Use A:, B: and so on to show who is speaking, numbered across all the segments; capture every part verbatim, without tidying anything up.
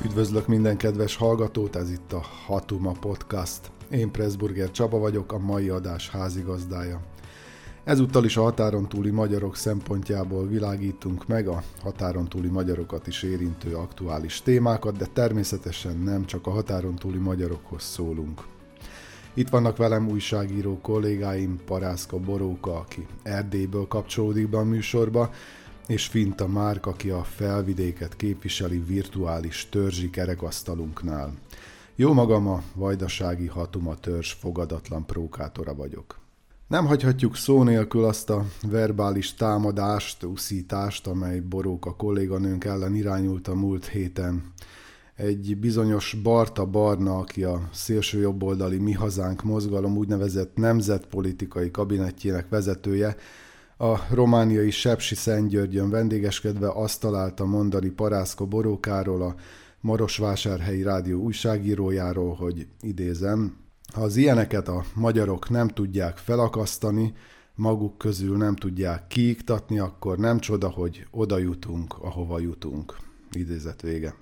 A: Üdvözlök minden kedves hallgatót, ez itt a Hatuma Podcast. Én Pressburger Csaba vagyok, a mai adás házigazdája. Ezúttal is a határon túli magyarok szempontjából világítunk meg a határon túli magyarokat is érintő aktuális témákat, de természetesen nem csak a határon túli magyarokhoz szólunk. Itt vannak velem újságíró kollégáim, Parászka Boróka, aki Erdélyből kapcsolódik be a műsorba, és Finta Márk, aki a felvidéket képviseli virtuális törzsi kerekasztalunknál. Jó magam, a vajdasági Hatuma törzs fogadatlan prókátora vagyok. Nem hagyhatjuk szó nélkül azt a verbális támadást, uszítást, amely Boróka kolléganőnk ellen irányult a múlt héten. Egy bizonyos Barta Barna, aki a szélsőjobboldali Mi Hazánk mozgalom úgynevezett nemzetpolitikai kabinetjének vezetője, a romániai Sepsiszentgyörgyön vendégeskedve azt találta mondani Parászka Borókáról, a Marosvásárhelyi Rádió újságírójáról, hogy idézem, ha az ilyeneket a magyarok nem tudják felakasztani, maguk közül nem tudják kiiktatni, akkor nem csoda, hogy oda jutunk, ahova jutunk. Idézet vége.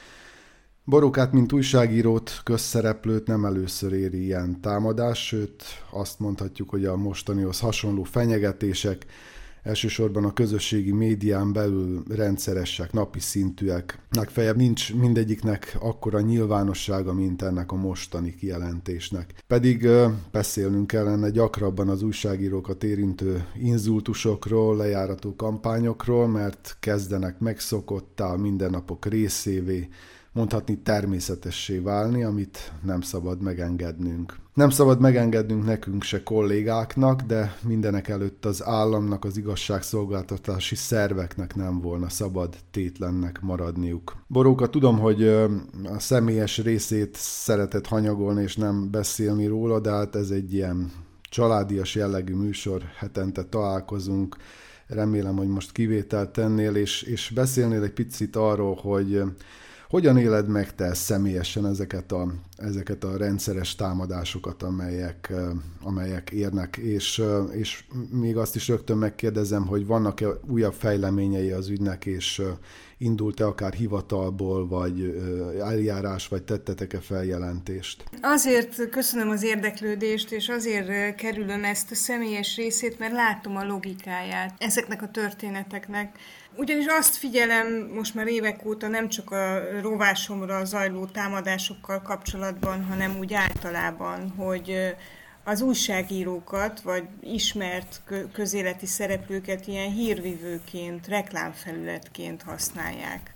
A: Borókát, mint újságírót, közszereplőt nem először éri ilyen támadás, sőt azt mondhatjuk, hogy a mostanihoz hasonló fenyegetések elsősorban a közösségi médián belül rendszeresek, napi szintűek. Legfeljebb nincs mindegyiknek akkora nyilvánossága, mint ennek a mostani kijelentésnek. Pedig beszélnünk kellene gyakrabban az újságírókat érintő inzultusokról, lejárató kampányokról, mert kezdenek megszokottá, mindennapok részévé, mondhatni természetessé válni, amit nem szabad megengednünk. Nem szabad megengednünk nekünk se kollégáknak, de mindenek előtt az államnak, az igazságszolgáltatási szerveknek nem volna szabad tétlennek maradniuk. Boróka, tudom, hogy a személyes részét szeretett hanyagolni és nem beszélni róla, de hát ez egy ilyen családias jellegű műsor, hetente találkozunk. Remélem, hogy most kivételt tennél, és, és beszélnél egy picit arról, hogy hogyan éled meg te személyesen ezeket a, ezeket a rendszeres támadásokat, amelyek, amelyek érnek, és, és még azt is rögtön megkérdezem, hogy vannak-e újabb fejleményei az ügynek, és indult-e akár hivatalból, vagy eljárás, vagy tettetek-e feljelentést?
B: Azért köszönöm az érdeklődést, és azért kerülöm ezt a személyes részét, mert látom a logikáját ezeknek a történeteknek. Ugyanis azt figyelem most már évek óta nem csak a rovásomra zajló támadásokkal kapcsolatban, hanem úgy általában, hogy az újságírókat, vagy ismert közéleti szereplőket ilyen hírvivőként, reklámfelületként használják.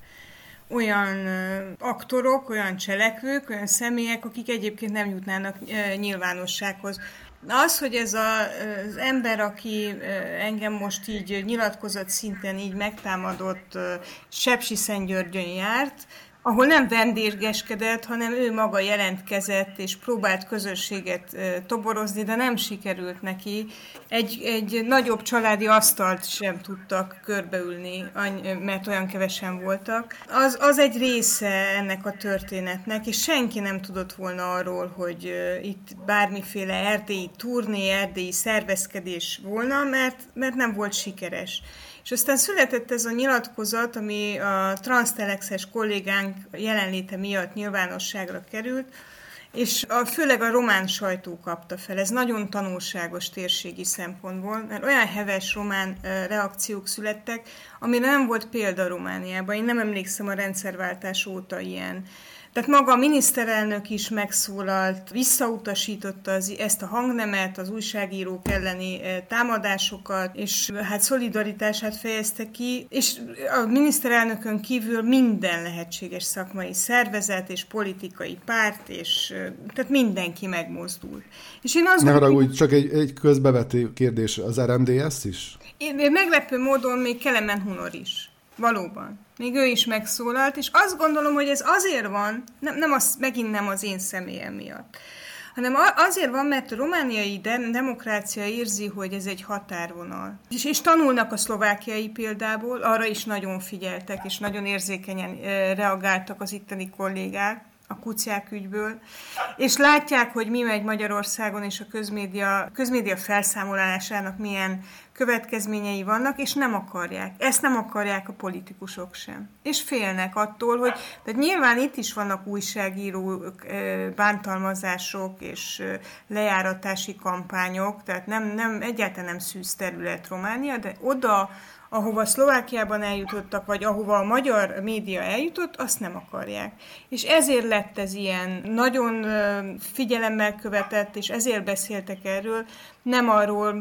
B: Olyan aktorok, olyan cselekvők, olyan személyek, akik egyébként nem jutnának nyilvánossághoz. Az, hogy ez a, az ember, aki engem most így nyilatkozat szinten így megtámadott, Sepsiszentgyörgyön járt, ahol nem vendégeskedett, hanem ő maga jelentkezett, és próbált közösséget toborozni, de nem sikerült neki. Egy, egy nagyobb családi asztalt sem tudtak körbeülni, mert olyan kevesen voltak. Az, az egy része ennek a történetnek, és senki nem tudott volna arról, hogy itt bármiféle erdélyi turné, erdélyi szervezkedés volna, mert, mert nem volt sikeres. És aztán született ez a nyilatkozat, ami a transztelexes kollégánk jelenléte miatt nyilvánosságra került, és a, főleg a román sajtó kapta fel. Ez nagyon tanulságos térségi szempontból, mert olyan heves román reakciók születtek, amire nem volt példa Romániában. Én nem emlékszem a rendszerváltás óta ilyen. Tehát maga a miniszterelnök is megszólalt, visszautasította az, ezt a hangnemet, az újságírók elleni támadásokat, és hát szolidaritását fejezte ki, és a miniszterelnökön kívül minden lehetséges szakmai szervezet és politikai párt, és tehát mindenki megmozdult. És én azt
A: ne haragudj, csak egy, egy közbevető kérdés, az er em dé es is?
B: Én, meglepő módon még Kelemen Hunor is. Valóban. Még ő is megszólalt, és azt gondolom, hogy ez azért van, nem, nem az, megint nem az én személyem miatt, hanem azért van, mert a romániai de- demokrácia érzi, hogy ez egy határvonal. És, és tanulnak a szlovákiai példából, arra is nagyon figyeltek, és nagyon érzékenyen e, reagáltak az itteni kollégák, a Kuciák ügyből, és látják, hogy mi megy Magyarországon, és a közmédia, közmédia felszámolásának milyen következményei vannak, és nem akarják. Ezt nem akarják a politikusok sem. És félnek attól, hogy tehát nyilván itt is vannak újságírók, bántalmazások és lejáratási kampányok, tehát nem, nem, egyáltalán nem szűz terület Románia, de oda, ahova Szlovákiában eljutottak, vagy ahova a magyar média eljutott, azt nem akarják. És ezért lett ez ilyen nagyon figyelemmel követett, és ezért beszéltek erről, nem arról,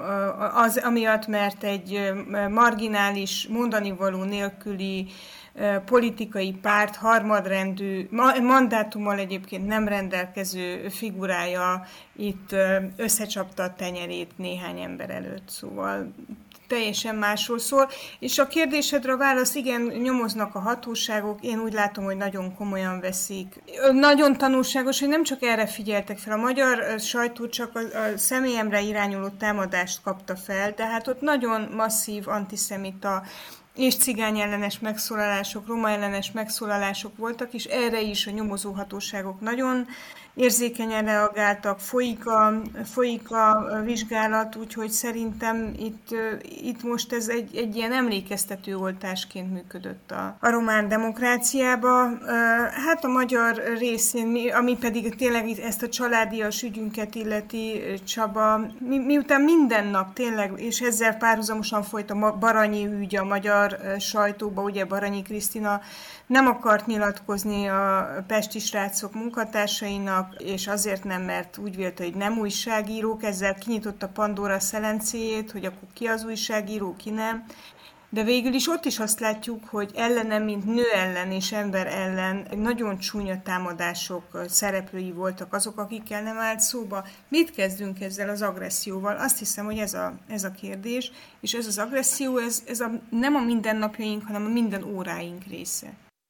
B: az, amiatt, mert egy marginális, mondanivaló nélküli politikai párt harmadrendű, mandátummal egyébként nem rendelkező figurája itt összecsapta a tenyerét néhány ember előtt, szóval teljesen másról szól. És a kérdésedre a válasz, igen, nyomoznak a hatóságok, én úgy látom, hogy nagyon komolyan veszik. Nagyon tanulságos, hogy nem csak erre figyeltek fel, a magyar sajtó csak a, a személyemre irányuló támadást kapta fel, de hát ott nagyon masszív antiszemita és cigány ellenes megszólalások, roma ellenes megszólalások voltak, és erre is a nyomozó hatóságok nagyon érzékenyen reagáltak, folyik a, folyik a vizsgálat, úgyhogy szerintem itt, itt most ez egy, egy ilyen emlékeztető oltásként működött a, a román demokráciába. Hát a magyar részén, ami pedig tényleg ezt a családias ügyünket illeti, Csaba, mi, miután minden nap tényleg, és ezzel párhuzamosan folyt a Baranyi ügy a magyar sajtóba, ugye Baranyi Krisztina nem akart nyilatkozni a pesti srácok munkatársainak, és azért nem, mert úgy vélte, hogy nem újságírók, ezzel kinyitotta Pandora szelencéjét, hogy akkor ki az újságíró, ki nem. De végül is ott is azt látjuk, hogy ellenem, mint nő ellen és ember ellen nagyon csúnya támadások szereplői voltak azok, akikkel nem állt szóba. Mit kezdünk ezzel az agresszióval? Azt hiszem, hogy ez a, ez a kérdés, és ez az agresszió, ez, ez a, nem a mindennapjaink, hanem a minden óráink része.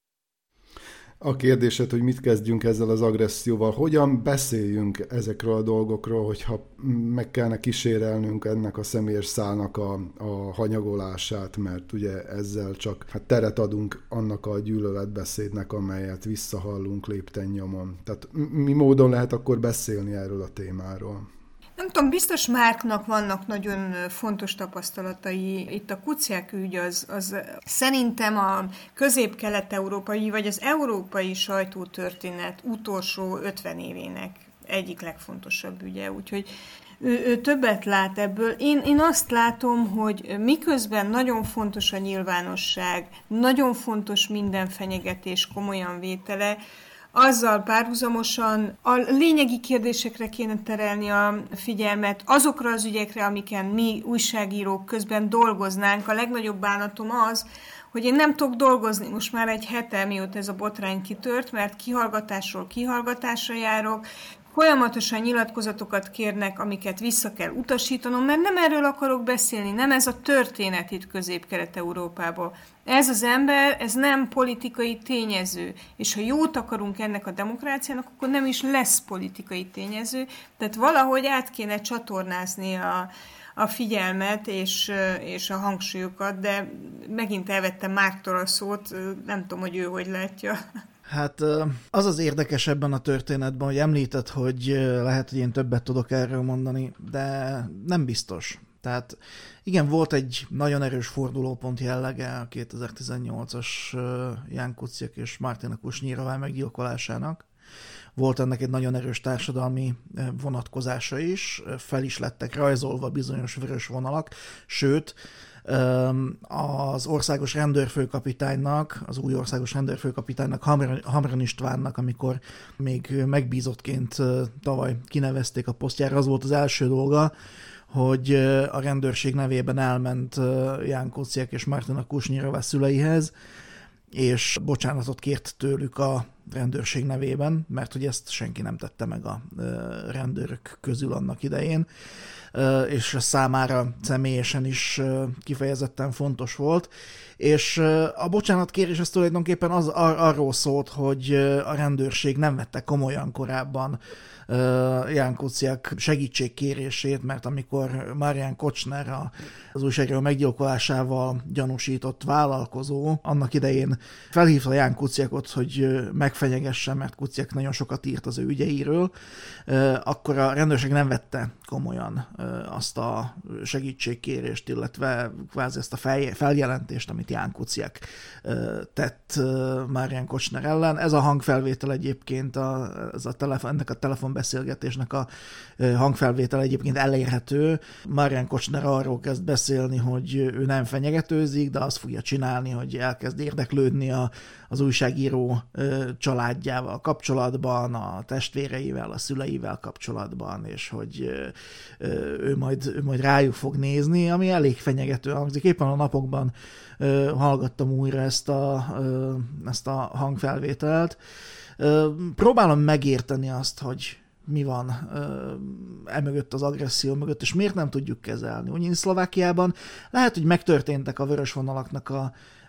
A: A kérdésed, hogy mit kezdjünk ezzel az agresszióval, hogyan beszéljünk ezekről a dolgokról, hogyha meg kellene kísérelnünk ennek a személyes szálnak a, a hanyagolását, mert ugye ezzel csak hát teret adunk annak a gyűlöletbeszédnek, amelyet visszahallunk lépten-nyomon. Tehát mi módon lehet akkor beszélni erről a témáról?
B: Nem tudom, biztos Márknak vannak nagyon fontos tapasztalatai. Itt a Kuciák ügy az, az szerintem a közép-kelet-európai, vagy az európai sajtótörténet utolsó ötven évének egyik legfontosabb ügye, úgyhogy ő, ő többet lát ebből. Én, én azt látom, hogy miközben nagyon fontos a nyilvánosság, nagyon fontos minden fenyegetés komolyan vétele, azzal párhuzamosan a lényegi kérdésekre kéne terelni a figyelmet, azokra az ügyekre, amiken mi újságírók közben dolgoznánk. A legnagyobb bánatom az, hogy én nem tudok dolgozni most már egy hete, mióta ez a botrány kitört, mert kihallgatásról kihallgatásra járok, folyamatosan nyilatkozatokat kérnek, amiket vissza kell utasítanom, mert nem erről akarok beszélni, nem ez a történet itt Közép-Kelet-Európában. Ez az ember, ez nem politikai tényező, és ha jót akarunk ennek a demokráciának, akkor nem is lesz politikai tényező, tehát valahogy át kéne csatornázni a, a figyelmet és, és a hangsúlyokat, de megint elvettem Márktól a szót, nem tudom, hogy ő hogy látja.
C: Hát az az érdekes ebben a történetben, hogy említett, hogy lehet, hogy én többet tudok erről mondani, de nem biztos. Tehát igen, volt egy nagyon erős fordulópont jellege a kétezer-tizennyolcas Ján Kuciak és Martina Kusnyírová meggyilkolásának. Volt ennek egy nagyon erős társadalmi vonatkozása is, fel is lettek rajzolva bizonyos vörös vonalak, sőt, az országos rendőrfőkapitánynak, az új országos rendőrfőkapitánynak, Hamran Istvánnak, amikor még megbízottként tavaly kinevezték a posztjára, az volt az első dolga, hogy a rendőrség nevében elment Ján Kuciak és Martina Kusnyírová szüleihez, és bocsánatot kért tőlük a rendőrség nevében, mert hogy ezt senki nem tette meg a rendőrök közül annak idején, és számára személyesen is kifejezetten fontos volt, és a bocsánatkérés az tulajdonképpen az, ar- arról szólt, hogy a rendőrség nem vette komolyan korábban Ján Kuciak segítségkérését, mert amikor Marian Kocsner az újságíró meggyilkolásával gyanúsított vállalkozó annak idején felhívta Ján Kuciakot, hogy meg megfenyegessen, mert Kuciak nagyon sokat írt az ő ügyeiről, akkor a rendőrség nem vette komolyan azt a segítségkérést, illetve kvázi ezt a feljelentést, amit Ján Kuciak tett Marian Kocsner ellen. Ez a hangfelvétel egyébként, a, ez a telefon, ennek a telefonbeszélgetésnek a hangfelvétel egyébként elérhető. Marian Kocsner arról kezd beszélni, hogy ő nem fenyegetőzik, de azt fogja csinálni, hogy elkezd érdeklődni a, az újságíró családjával kapcsolatban, a testvéreivel, a szüleivel kapcsolatban, és hogy ő majd, ő majd rájuk fog nézni, ami elég fenyegető hangzik. Éppen a napokban hallgattam újra ezt a, ezt a hangfelvételt. Próbálom megérteni azt, hogy mi van emögött az agresszió mögött, és miért nem tudjuk kezelni. Ugyanis Szlovákiában lehet, hogy megtörténtek a vörös vonalaknak a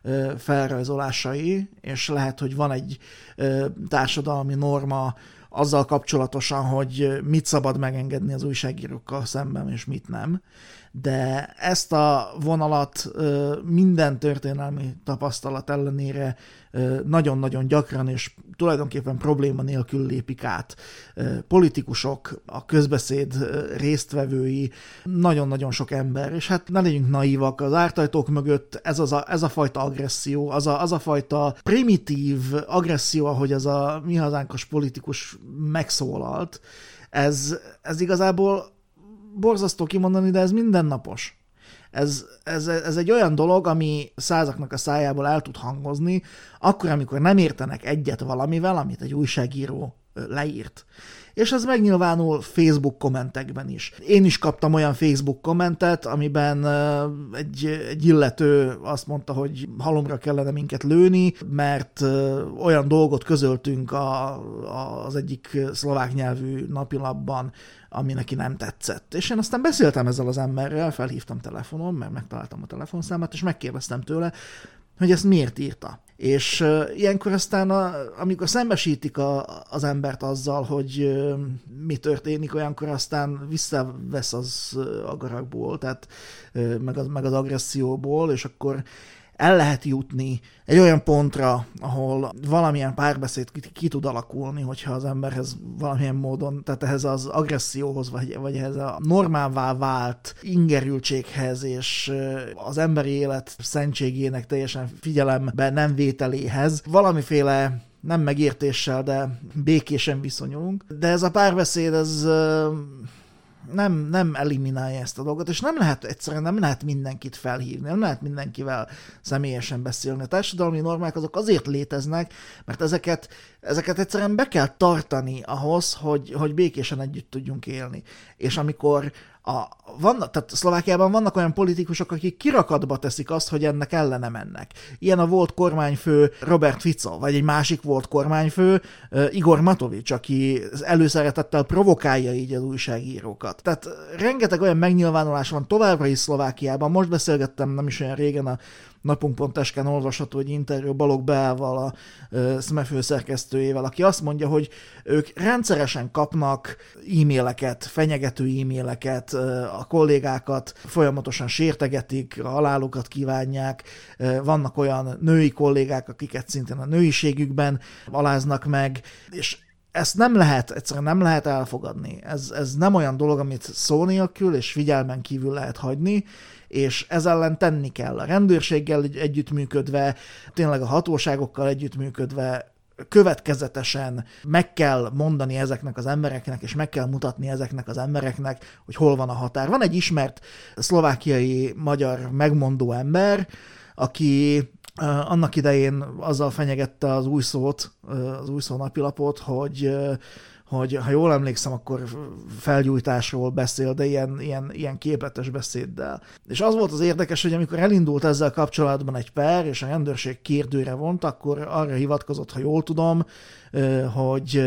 C: felrajzolásai, és lehet, hogy van egy társadalmi norma azzal kapcsolatosan, hogy mit szabad megengedni az újságírókkal szemben, és mit nem. De ezt a vonalat minden történelmi tapasztalat ellenére nagyon-nagyon gyakran és tulajdonképpen probléma nélkül lépik át politikusok, a közbeszéd résztvevői, nagyon-nagyon sok ember, és hát ne legyünk naívak, az ártajtók mögött ez, az a, ez a fajta agresszió, az a, az a fajta primitív agresszió, ahogy az a mi hazánkos politikus megszólalt, ez, ez igazából borzasztó kimondani, de ez mindennapos. Ez, ez, ez egy olyan dolog, ami százaknak a szájából el tud hangozni, akkor, amikor nem értenek egyet valamivel, amit egy újságíró leírt. És ez megnyilvánul Facebook kommentekben is. Én is kaptam olyan Facebook kommentet, amiben egy, egy illető azt mondta, hogy halomra kellene minket lőni, mert olyan dolgot közöltünk a, a, az egyik szlovák nyelvű napilapban, ami neki nem tetszett. És én aztán beszéltem ezzel az emberrel, felhívtam telefonon, mert megtaláltam a telefonszámát, és megkérdeztem tőle, hogy ezt miért írta. És uh, ilyenkor aztán, a, amikor szembesítik a, az embert azzal, hogy uh, mi történik, olyankor aztán visszavesz az uh, agarakból, tehát uh, meg, az, meg az agresszióból, és akkor el lehet jutni egy olyan pontra, ahol valamilyen párbeszéd ki, ki tud alakulni, hogyha az emberhez valamilyen módon, tehát ehhez az agresszióhoz, vagy, vagy ehhez a normává vált ingerültséghez, és az emberi élet szentségének teljesen figyelembe nem vételéhez valamiféle nem megértéssel, de békésen viszonyulunk. De ez a párbeszéd, ez nem, nem eliminálja ezt a dolgot, és nem lehet egyszerűen nem lehet mindenkit felhívni, nem lehet mindenkivel személyesen beszélni. A társadalmi normák azok azért léteznek, mert ezeket, ezeket egyszerűen be kell tartani ahhoz, hogy, hogy békésen együtt tudjunk élni. És amikor A, vannak, tehát Szlovákiában vannak olyan politikusok, akik kirakatba teszik azt, hogy ennek ellene mennek. Ilyen a volt kormányfő Robert Fico, vagy egy másik volt kormányfő Igor Matovics, aki előszeretettel provokálja így az újságírókat. Tehát rengeteg olyan megnyilvánulás van továbbra is Szlovákiában. Most beszélgettem nem is olyan régen a napunk pont es-ken olvasható egy interjú Balogh Beával, a SZME főszerkesztőjével, aki azt mondja, hogy ők rendszeresen kapnak e-maileket, fenyegető e-maileket, a kollégákat folyamatosan sértegetik, a halálukat kívánják, vannak olyan női kollégák, akiket szintén a nőiségükben aláznak meg, és ezt nem lehet, egyszerűen nem lehet elfogadni. Ez, ez nem olyan dolog, amit szó nélkül és figyelmen kívül lehet hagyni, és ez ellen tenni kell. A rendőrséggel együttműködve, tényleg a hatóságokkal együttműködve, következetesen meg kell mondani ezeknek az embereknek, és meg kell mutatni ezeknek az embereknek, hogy hol van a határ. Van egy ismert szlovákiai magyar megmondó ember, aki uh, annak idején azzal fenyegette az új szót, uh, az új szó napilapot, hogy uh, hogy ha jól emlékszem, akkor felgyújtásról beszél, de ilyen, ilyen, ilyen képletes beszéddel. És az volt az érdekes, hogy amikor elindult ezzel kapcsolatban egy per, és a rendőrség kérdőre vont, akkor arra hivatkozott, ha jól tudom, hogy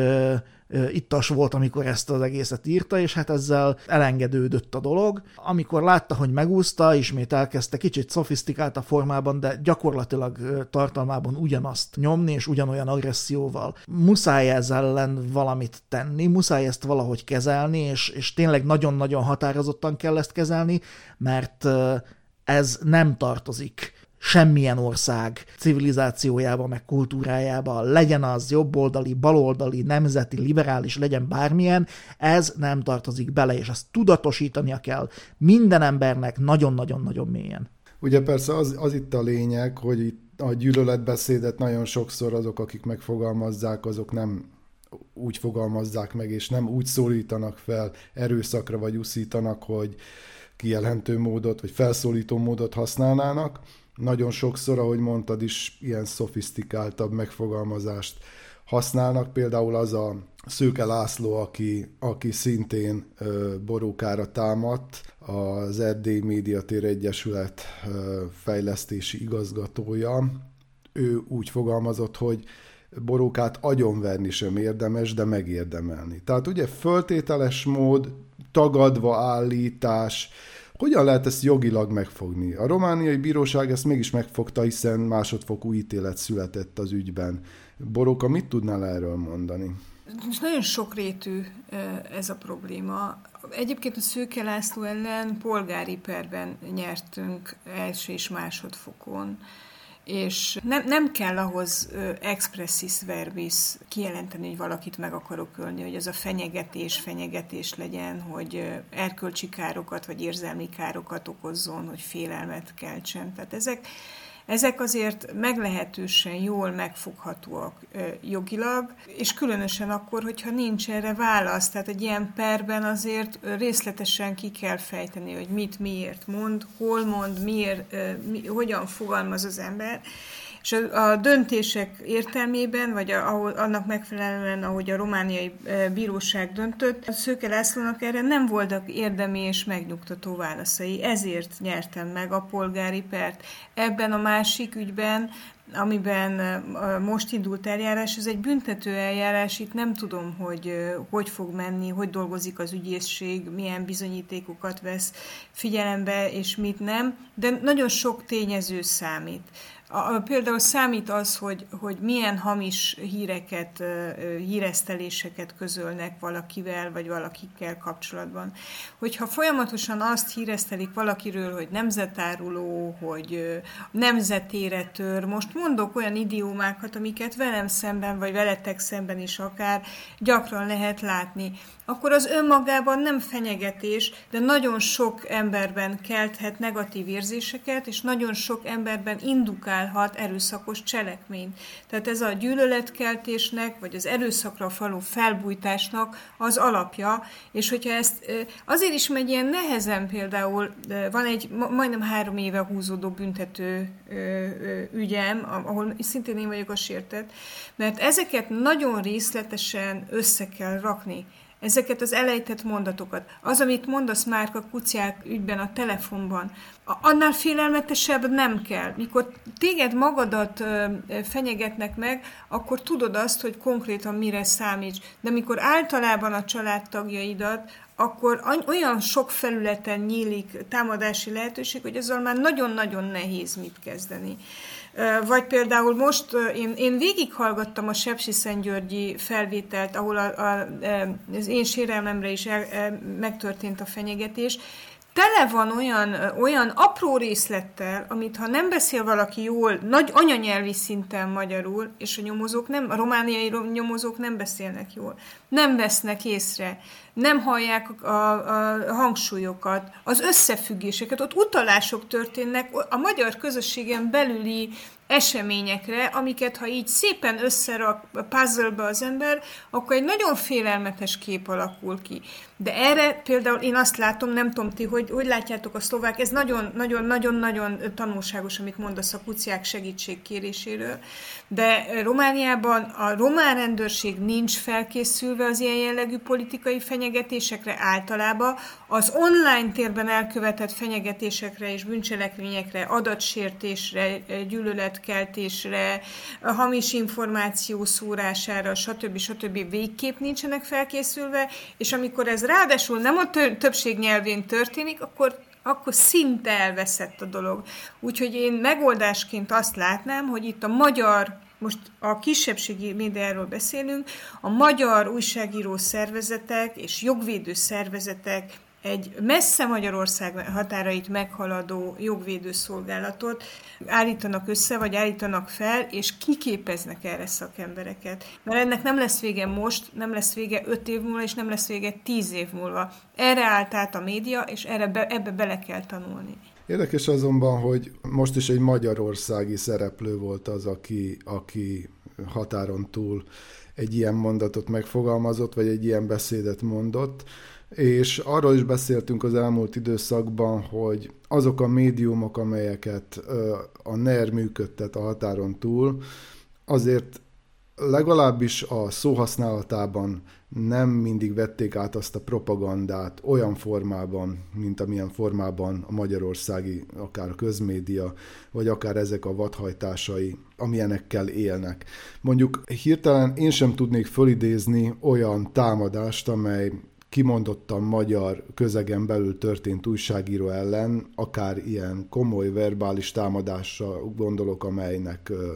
C: ittas volt, amikor ezt az egészet írta, és hát ezzel elengedődött a dolog. Amikor látta, hogy megúszta, ismét elkezdte kicsit szofisztikáltabb formában, de gyakorlatilag tartalmában ugyanazt nyomni, és ugyanolyan agresszióval. Muszáj ezzel ellen valamit tenni, muszáj ezt valahogy kezelni, és, és tényleg nagyon-nagyon határozottan kell ezt kezelni, mert ez nem tartozik semmilyen ország civilizációjában, meg kultúrájában, legyen az jobboldali, baloldali, nemzeti, liberális, legyen bármilyen, ez nem tartozik bele, és azt tudatosítania kell minden embernek nagyon-nagyon-nagyon mélyen.
A: Ugye persze az, az itt a lényeg, hogy itt a gyűlöletbeszédet nagyon sokszor azok, akik megfogalmazzák, azok nem úgy fogalmazzák meg, és nem úgy szólítanak fel erőszakra, vagy uszítanak, hogy kijelentő módot, vagy felszólító módot használnának. Nagyon sokszor, ahogy mondtad is, ilyen szofisztikáltabb megfogalmazást használnak. Például az a Szőke László, aki, aki szintén ö, Borókára támadt, az Erdélyi Médiatér Egyesület ö, fejlesztési igazgatója. Ő úgy fogalmazott, hogy Borókát agyonverni sem érdemes, de megérdemelni. Tehát ugye föltételes mód, tagadva állítás, hogyan lehet ezt jogilag megfogni? A romániai bíróság ezt mégis megfogta, hiszen másodfokú ítélet született az ügyben. Boróka, mit tudnál erről mondani?
B: Nagyon sokrétű ez a probléma. Egyébként a Szőke László ellen polgári perben nyertünk első és másodfokon, és nem, nem kell ahhoz expressis verbis kijelenteni, hogy valakit meg akarok ölni, hogy az a fenyegetés, fenyegetés legyen, hogy erkölcsi károkat vagy érzelmi károkat okozzon, hogy félelmet keltsen. Tehát ezek, ezek azért meglehetősen jól megfoghatóak jogilag, és különösen akkor, hogyha nincs erre válasz. Tehát egy ilyen perben azért részletesen ki kell fejteni, hogy mit, miért mond, hol mond, miért, mi, hogyan fogalmaz az ember. És a, a döntések értelmében, vagy a, ahol, annak megfelelően, ahogy a romániai bíróság döntött, a Szőke Lászlónak erre nem voltak érdemi és megnyugtató válaszai. Ezért nyertem meg a polgári pert. Ebben a másik ügyben, amiben most indult eljárás, ez egy büntető eljárás, itt nem tudom, hogy hogy fog menni, hogy dolgozik az ügyészség, milyen bizonyítékokat vesz figyelembe, és mit nem, de nagyon sok tényező számít. A, például számít az, hogy, hogy milyen hamis híreket, híreszteléseket közölnek valakivel, vagy valakikkel kapcsolatban. Hogyha folyamatosan azt híresztelik valakiről, hogy nemzetáruló, hogy nemzetére tör, most mondok olyan idiómákat, amiket velem szemben, vagy veletek szemben is akár gyakran lehet látni, akkor az önmagában nem fenyegetés, de nagyon sok emberben kelthet negatív érzéseket, és nagyon sok emberben indukálhat erőszakos cselekményt. Tehát ez a gyűlöletkeltésnek, vagy az erőszakra való felbújtásnak az alapja, és hogyha ezt azért is megy ilyen nehezen, például van egy majdnem három éve húzódó büntető ügyem, ahol szintén én vagyok a sértett, mert ezeket nagyon részletesen össze kell rakni. Ezeket az elejtett mondatokat. Az, amit mondasz Márka Kuciák ügyben a telefonban, annál félelmetesebb nem kell. Mikor téged magadat fenyegetnek meg, akkor tudod azt, hogy konkrétan mire számíts. De mikor általában a családtagjaidat, akkor olyan sok felületen nyílik támadási lehetőség, hogy azzal már nagyon-nagyon nehéz mit kezdeni. Vagy például most én, én végighallgattam a sepsiszentgyörgyi felvételt, ahol a, a, az én sérelmemre is el, el, megtörtént a fenyegetés. Tele van olyan, olyan apró részlettel, amit ha nem beszél valaki jól, nagy anyanyelvi szinten magyarul, és a nyomozók nem, a romániai nyomozók nem beszélnek jól, nem vesznek észre, nem hallják a, a, a hangsúlyokat, az összefüggéseket, ott utalások történnek a magyar közösségen belüli eseményekre, amiket ha így szépen összerak puzzle-be az ember, akkor egy nagyon félelmetes kép alakul ki. De erre például én azt látom, nem tudom ti, hogy, hogy látjátok a szlovák, ez nagyon-nagyon-nagyon tanulságos, amit mondasz a Kuciák segítségkéréséről, de Romániában a román rendőrség nincs felkészülve az ilyen jellegű politikai fenyegetésekre általában, az online térben elkövetett fenyegetésekre és bűncselekményekre, adatsértésre, gyűlöletkeltésre, hamis információ szórására, stb. stb. Végképp nincsenek felkészülve, és amikor ez ráadásul nem a többség nyelvén történik, akkor akkor szinte elveszett a dolog. Úgyhogy én megoldásként azt látnám, hogy itt a magyar, most a kisebbségi médiáról beszélünk, a magyar újságíró szervezetek és jogvédő szervezetek egy messze Magyarország határait meghaladó jogvédőszolgálatot állítanak össze, vagy állítanak fel, és kiképeznek erre szakembereket. Mert ennek nem lesz vége most, nem lesz vége öt év múlva, és nem lesz vége tíz év múlva. Erre állt át a média, és erre be, ebbe bele kell tanulni.
A: Érdekes azonban, hogy most is egy magyarországi szereplő volt az, aki, aki határon túl egy ilyen mondatot megfogalmazott, vagy egy ilyen beszédet mondott, és arról is beszéltünk az elmúlt időszakban, hogy azok a médiumok, amelyeket a en e er működtet a határon túl, azért legalábbis a szóhasználatában nem mindig vették át azt a propagandát olyan formában, mint amilyen formában a magyarországi, akár a közmédia, vagy akár ezek a vadhajtásai, amilyenekkel élnek. Mondjuk hirtelen én sem tudnék fölidézni olyan támadást, amely kimondottan magyar közegen belül történt újságíró ellen, akár ilyen komoly verbális támadásra gondolok, amelynek ö,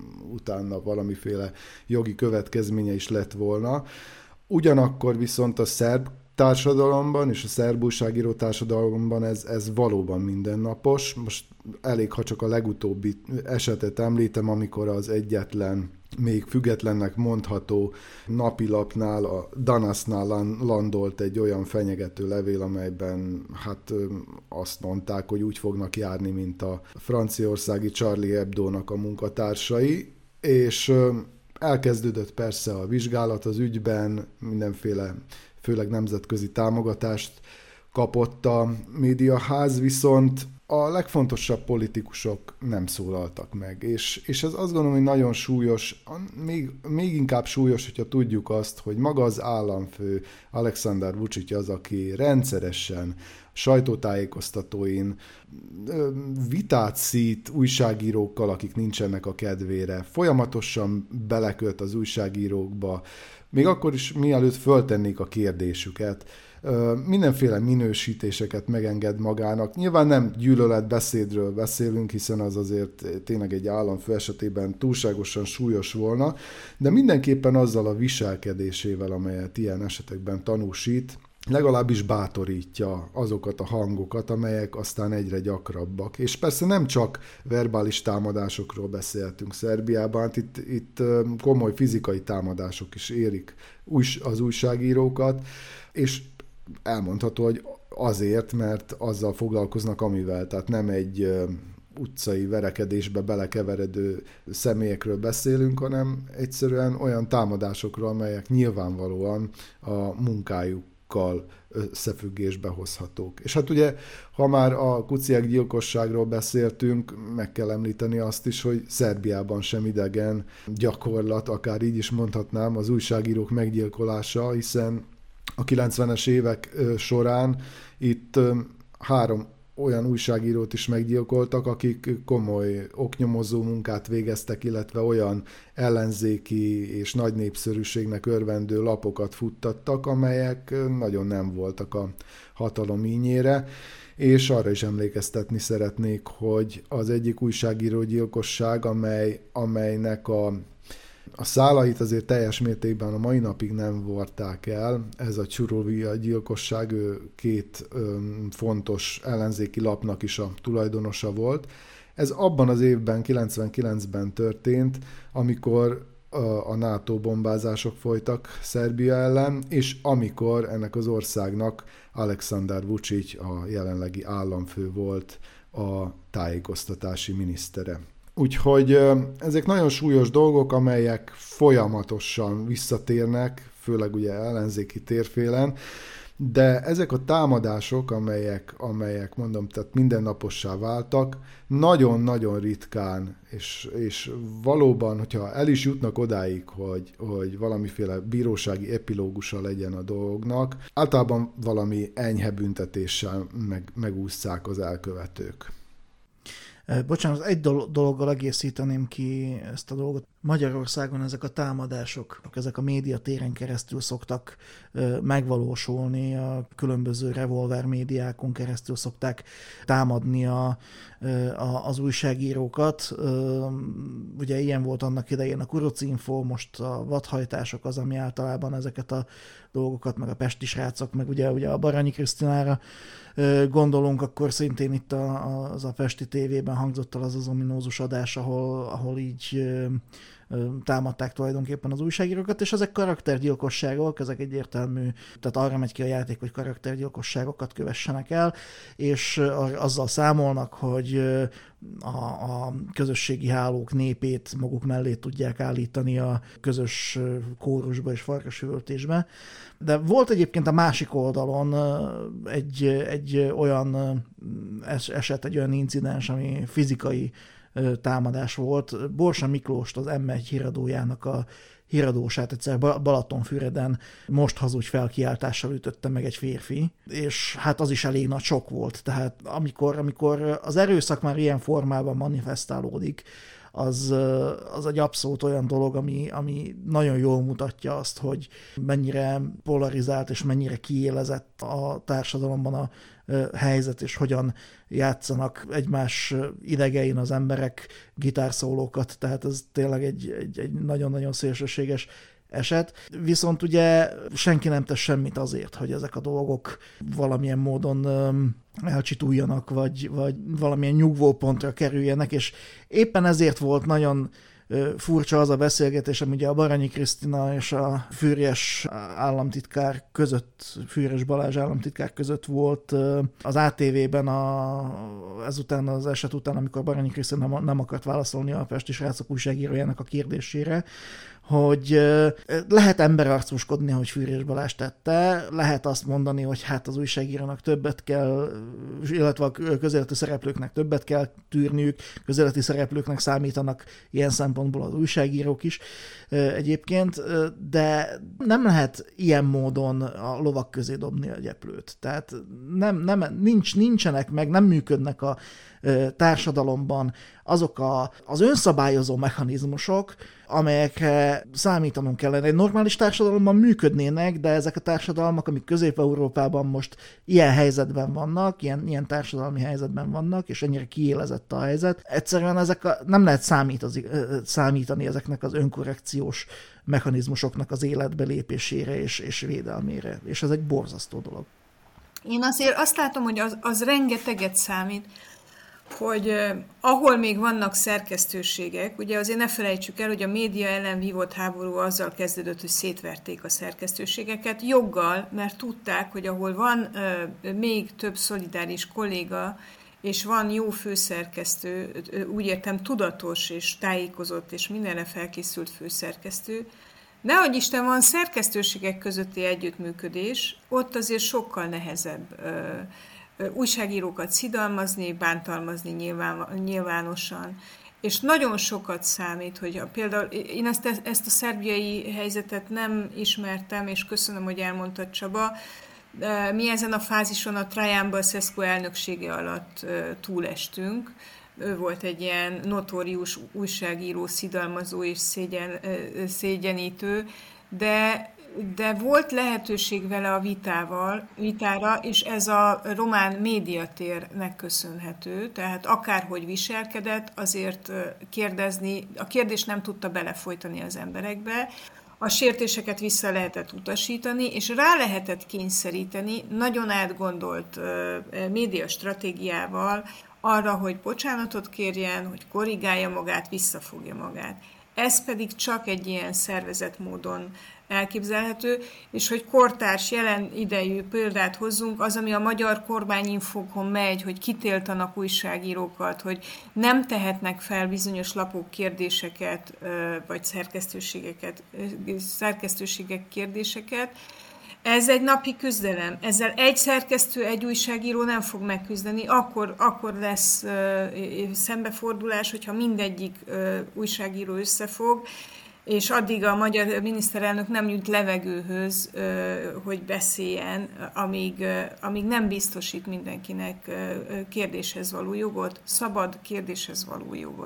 A: utána valamiféle jogi következménye is lett volna. Ugyanakkor viszont a szerb társadalomban és a szerb újságíró társadalomban ez, ez valóban mindennapos. Most elég, ha csak a legutóbbi esetet említem, amikor az egyetlen még függetlennek mondható napilapnál, a Danasnál landolt egy olyan fenyegető levél, amelyben hát azt mondták, hogy úgy fognak járni, mint a franciaországi Charlie Hebdo-nak a munkatársai, és elkezdődött persze a vizsgálat az ügyben, mindenféle, főleg nemzetközi támogatást kapott a médiaház, viszont a legfontosabb politikusok nem szólaltak meg, és, és ez azt gondolom, hogy nagyon súlyos, még, még inkább súlyos, hogyha tudjuk azt, hogy maga az államfő, Aleksandar Vučić az, aki rendszeresen sajtótájékoztatóin vitát szít újságírókkal, akik nincsenek a kedvére, folyamatosan beleköt az újságírókba, még akkor is mielőtt föltennék a kérdésüket, mindenféle minősítéseket megenged magának. Nyilván nem gyűlöletbeszédről beszélünk, hiszen az azért tényleg egy államfő esetében túlságosan súlyos volna, de mindenképpen azzal a viselkedésével, amelyet ilyen esetekben tanúsít, legalábbis bátorítja azokat a hangokat, amelyek aztán egyre gyakrabbak. És persze nem csak verbális támadásokról beszéltünk Szerbiában, itt, itt komoly fizikai támadások is érik az újságírókat, és elmondható, hogy azért, mert azzal foglalkoznak, amivel, tehát nem egy utcai verekedésbe belekeveredő személyekről beszélünk, hanem egyszerűen olyan támadásokról, amelyek nyilvánvalóan a munkájukkal összefüggésbe hozhatók. És hát ugye, ha már a Kuciak gyilkosságról beszéltünk, meg kell említeni azt is, hogy Szerbiában sem idegen gyakorlat, akár így is mondhatnám, az újságírók meggyilkolása, hiszen a kilencvenes évek során itt három olyan újságírót is meggyilkoltak, akik komoly oknyomozó munkát végeztek, illetve olyan ellenzéki és nagy népszerűségnek örvendő lapokat futtattak, amelyek nagyon nem voltak a hatalom ínyére, és arra is emlékeztetni szeretnék, hogy az egyik újságíró gyilkosság, amely, amelynek a A szálait azért teljes mértékben a mai napig nem varták el. Ez a Csurovia gyilkosság, ő két fontos ellenzéki lapnak is a tulajdonosa volt. Ez abban az évben, kilencvenkilencben történt, amikor a NATO bombázások folytak Szerbia ellen, és amikor ennek az országnak Aleksandar Vučić, a jelenlegi államfő volt a tájékoztatási minisztere. Úgyhogy ezek nagyon súlyos dolgok, amelyek folyamatosan visszatérnek, főleg ugye ellenzéki térfélen, de ezek a támadások, amelyek, amelyek mondom, tehát mindennapossá váltak, nagyon-nagyon ritkán, és, és valóban, hogyha el is jutnak odáig, hogy, hogy valamiféle bírósági epilógusa legyen a dolognak, általában valami enyhe büntetéssel meg, megússzák az elkövetők.
C: Bocsánat, egy dologgal egészíteném ki ezt a dolgot. Magyarországon ezek a támadások, ezek a médiatéren keresztül szoktak ö, megvalósulni, a különböző revolver médiákon keresztül szokták támadni a, ö, a, az újságírókat. Ö, ugye ilyen volt annak idején a Kurucinfo, most a vadhajtások az, ami általában ezeket a dolgokat, meg a pesti srácok, meg ugye, ugye a Baranyi Krisztinára ö, gondolunk, akkor szintén itt a, az a Pesti tévében hangzott el az az ominózus adás, ahol, ahol így ö, támadták tulajdonképpen az újságírókat, és ezek karaktergyilkosságok, ezek egyértelmű, tehát arra megy ki a játék, hogy karaktergyilkosságokat kövessenek el, és azzal számolnak, hogy a, a közösségi hálók népét maguk mellé tudják állítani a közös kórusba és farkasüvöltésbe. De volt egyébként a másik oldalon egy, egy olyan eset, egy olyan incidens, ami fizikai támadás volt. Borsa Miklóst, az em egy híradójának a híradósát egyszer Balatonfüreden most hazudj felkiáltással ütötte meg egy férfi, és hát az is elég nagy sok volt. Tehát amikor, amikor az erőszak már ilyen formában manifestálódik, az, az egy abszolút olyan dolog, ami, ami nagyon jól mutatja azt, hogy mennyire polarizált és mennyire kiélezett a társadalomban a helyzet, és hogyan játszanak egymás idegein az emberek gitárszólókat, tehát ez tényleg egy, egy, egy nagyon-nagyon szélsőséges eset. Viszont ugye senki nem tesz semmit azért, hogy ezek a dolgok valamilyen módon elcsituljanak, vagy, vagy valamilyen nyugvópontra kerüljenek, és éppen ezért volt nagyon furcsa az a beszélgetés, ami ugye a Baranyi Krisztina és a Füriyes államtitkár között, Füriyes Balázs államtitkár között volt az á té vében a, ezután az eset után, amikor Baranyi Krisztina nem akart válaszolni a Pesti Srácok újságírójának a kérdésére, hogy lehet emberarcúskodni, hogy Füriyes Balázs tette, lehet azt mondani, hogy hát az újságírónak többet kell, illetve a közéleti szereplőknek többet kell tűrniük, közéleti szereplőknek számítanak ilyen szempontból az újságírók is egyébként, de nem lehet ilyen módon a lovak közé dobni a gyeplőt. Tehát nem, nem, nincs, nincsenek meg, nem működnek a társadalomban azok a, az önszabályozó mechanizmusok, amelyekre számítanunk kellene. Egy normális társadalomban működnének, de ezek a társadalmak, amik Közép-Európában most ilyen helyzetben vannak, ilyen, ilyen társadalmi helyzetben vannak, és ennyire kiélezett a helyzet, egyszerűen ezek a, nem lehet számítani ezeknek az önkorrekciós mechanizmusoknak az életbe lépésére és, és védelmére. És ez egy borzasztó dolog.
B: Én azért azt látom, hogy az, az rengeteget számít, hogy eh, ahol még vannak szerkesztőségek, ugye azért ne felejtsük el, hogy a média ellen vívott háború azzal kezdődött, hogy szétverték a szerkesztőségeket, joggal, mert tudták, hogy ahol van eh, még több szolidáris kolléga, és van jó főszerkesztő, úgy értem tudatos és tájékozott és mindenre felkészült főszerkesztő, nehogy Isten van szerkesztőségek közötti együttműködés, ott azért sokkal nehezebb ö, újságírókat szidalmazni, bántalmazni nyilván, nyilvánosan. És nagyon sokat számít, hogy a, például én ezt, ezt a szerbiai helyzetet nem ismertem, és köszönöm, hogy elmondtad, Csaba. Mi ezen a fázison a Traian Băsescu elnöksége alatt túlestünk. Ő volt egy ilyen notórius újságíró, szidalmazó és szégyen, szégyenítő, de, de volt lehetőség vele a vitával, vitára, és ez a román médiatérnek köszönhető, tehát akárhogy viselkedett, azért kérdezni, a kérdés nem tudta belefolytani az emberekbe, a sértéseket vissza lehetett utasítani, és rá lehetett kényszeríteni nagyon átgondolt média stratégiával arra, hogy bocsánatot kérjen, hogy korrigálja magát, visszafogja magát. Ez pedig csak egy ilyen szervezett módon elképzelhető, és hogy kortárs jelen idejű példát hozzunk, az, ami a magyar kormányinfokon megy, hogy kitiltanak újságírókat, hogy nem tehetnek fel bizonyos lapok kérdéseket, vagy szerkesztőségeket, szerkesztőségek kérdéseket. Ez egy napi küzdelem. Ezzel egy szerkesztő, egy újságíró nem fog megküzdeni, akkor, akkor lesz uh, szembefordulás, hogyha mindegyik uh, újságíró összefog, és addig a magyar miniszterelnök nem jut levegőhöz, uh, hogy beszéljen, amíg, uh, amíg nem biztosít mindenkinek uh, kérdéshez való jogot, szabad kérdéshez való jogot.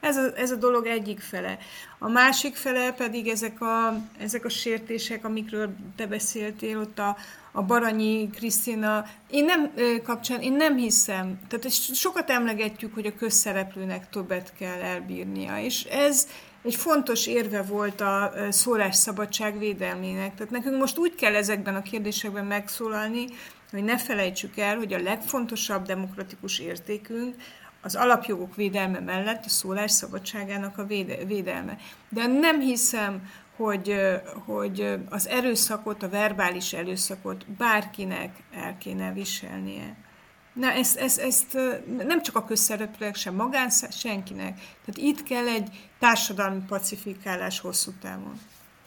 B: Ez a, ez a dolog egyik fele. A másik fele pedig ezek a, ezek a sértések, amikről te beszéltél, ott a, a Baranyi Krisztina. Én nem kapcsán, én nem hiszem, tehát sokat emlegetjük, hogy a közszereplőnek többet kell elbírnia, és ez egy fontos érve volt a szólásszabadság védelmének. Tehát nekünk most úgy kell ezekben a kérdésekben megszólalni, hogy ne felejtsük el, hogy a legfontosabb demokratikus értékünk az alapjogok védelme mellett a szólásszabadságának a védelme. De nem hiszem, hogy, hogy az erőszakot, a verbális erőszakot bárkinek el kéne viselnie. Na, ezt, ezt, ezt nem csak a közszereplőnek, sem magán, senkinek. Tehát itt kell egy társadalmi pacifikálás hosszú távon.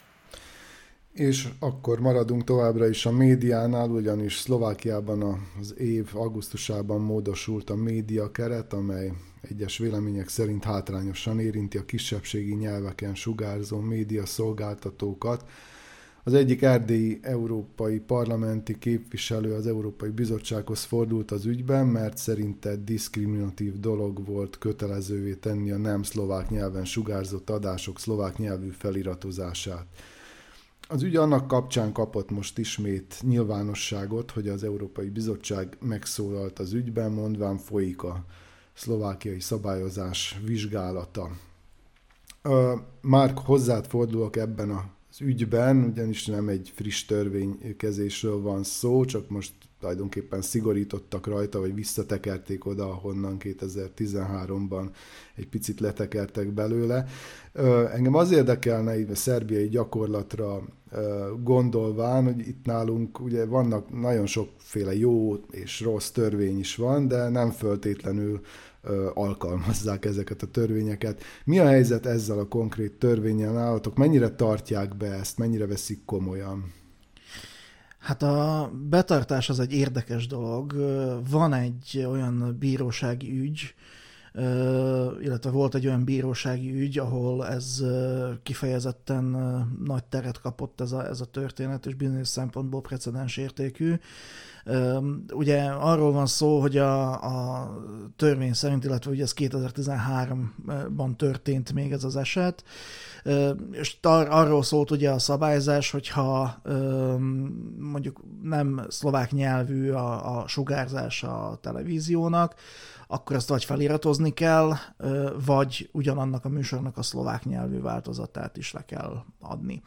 A: És akkor maradunk továbbra is a médiánál, ugyanis Szlovákiában az év augusztusában módosult a média keret, amely egyes vélemények szerint hátrányosan érinti a kisebbségi nyelveken sugárzó média szolgáltatókat. Az egyik erdélyi európai parlamenti képviselő az Európai Bizottsághoz fordult az ügyben, mert szerinte diszkriminatív dolog volt kötelezővé tenni a nem szlovák nyelven sugárzott adások szlovák nyelvű feliratozását. Az ügy annak kapcsán kapott most ismét nyilvánosságot, hogy az Európai Bizottság megszólalt az ügyben, mondván folyik a szlovákiai szabályozás vizsgálata. Már hozzád fordulok ebben az ügyben, ugyanis nem egy friss törvénykezésről van szó, csak most tulajdonképpen szigorítottak rajta, vagy visszatekerték oda, ahonnan kétezer-tizenháromban egy picit letekertek belőle. Engem az érdekelne így a szerbiai gyakorlatra gondolván, hogy itt nálunk ugye vannak nagyon sokféle jó és rossz törvény is van, de nem föltétlenül alkalmazzák ezeket a törvényeket. Mi a helyzet ezzel a konkrét törvénnyel nálatok? Mennyire tartják be ezt? Mennyire veszik komolyan?
C: Hát a betartás az egy érdekes dolog. Van egy olyan bírósági ügy, illetve volt egy olyan bírósági ügy, ahol ez kifejezetten nagy teret kapott ez a, ez a történet, és bizonyos szempontból precedens értékű. Ugye arról van szó, hogy a, a törvény szerint, illetve ugye ez kétezer-tizenháromban történt még ez az eset, és tar- arról szólt ugye a szabályzás, hogyha mondjuk nem szlovák nyelvű a, a sugárzás a televíziónak, akkor ezt vagy feliratozni kell, vagy ugyanannak a műsornak a szlovák nyelvű változatát is le kell adni.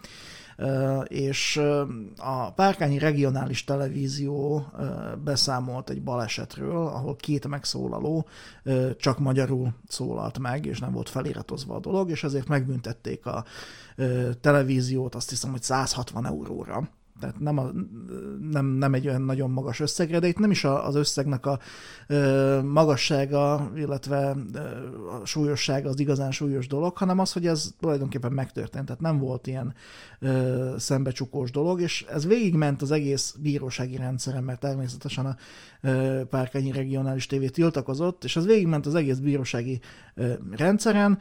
C: És a Párkányi Regionális Televízió beszámolt egy balesetről, ahol két megszólaló csak magyarul szólalt meg, és nem volt feliratozva a dolog, és ezért megbüntették a televíziót, azt hiszem, hogy száz hatvan euróra. Tehát nem, a, nem, nem egy olyan nagyon magas összegre, de itt nem is az összegnek a magassága, illetve a súlyossága az igazán súlyos dolog, hanem az, hogy ez tulajdonképpen megtörtént. Tehát nem volt ilyen szembecsukós dolog, és ez végigment az egész bírósági rendszeren, mert természetesen a Párkányi Regionális Tévé tiltakozott, és ez végigment az egész bírósági rendszeren,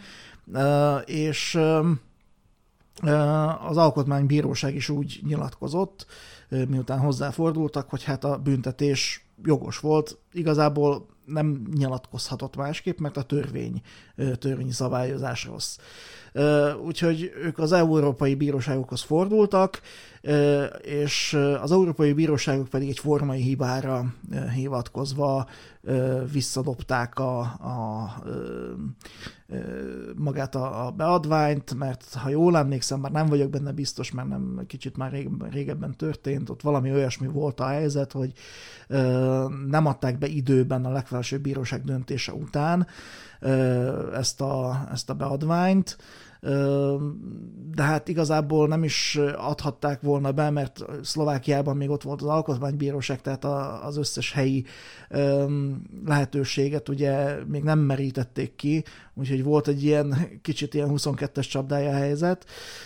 C: és az Alkotmánybíróság is úgy nyilatkozott, miután hozzáfordultak, hogy hát a büntetés jogos volt. Igazából nem nyilatkozhatott másképp, mert a törvény, törvényi szabályozás rossz. Úgyhogy ők az európai bíróságokhoz fordultak, és az európai bíróságok pedig egy formai hibára hivatkozva visszadobták a, a, magát a, a beadványt, mert ha jól emlékszem, már nem vagyok benne biztos, mert nem kicsit már régebben, régebben történt, ott valami olyasmi volt a helyzet, hogy nem adták be időben a legfelsőbb bíróság döntése után ezt a, ezt a beadványt, de hát igazából nem is adhatták volna be, mert Szlovákiában még ott volt az Alkotmánybíróság, tehát az összes helyi lehetőséget ugye még nem merítették ki, úgyhogy volt egy ilyen kicsit ilyen huszonkettes csapdája a helyzet,